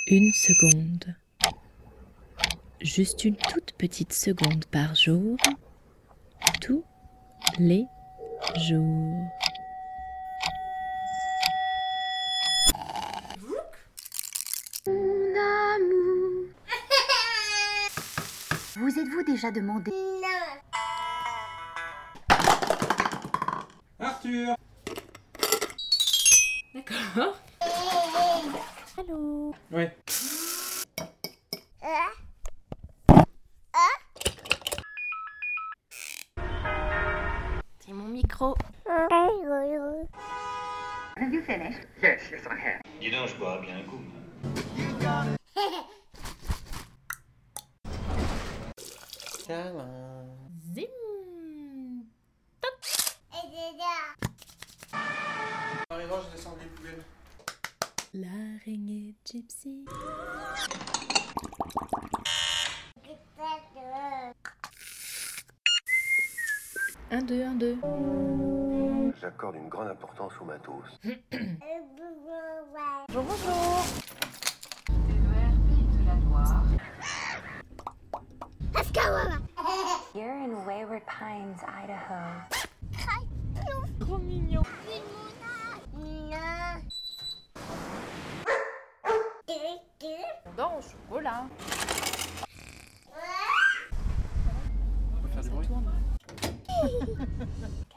Une seconde. Juste une toute petite seconde par jour, tous les jours. Mon amour. Vous êtes-vous déjà demandé? Arthur! D'accord. Allô? Ouais. C'est mon micro. Have you finished? Yes, I have. Dis donc, je bois bien un coup. Zim. Arrivant, je descends les poubelles. L'araignée gypsy. Un, deux. J'accorde une grande importance au matos. Bonjour. You're in Wayward Pines, Idaho. Trop mignon. Dans au chocolat. On peut faire du bruit.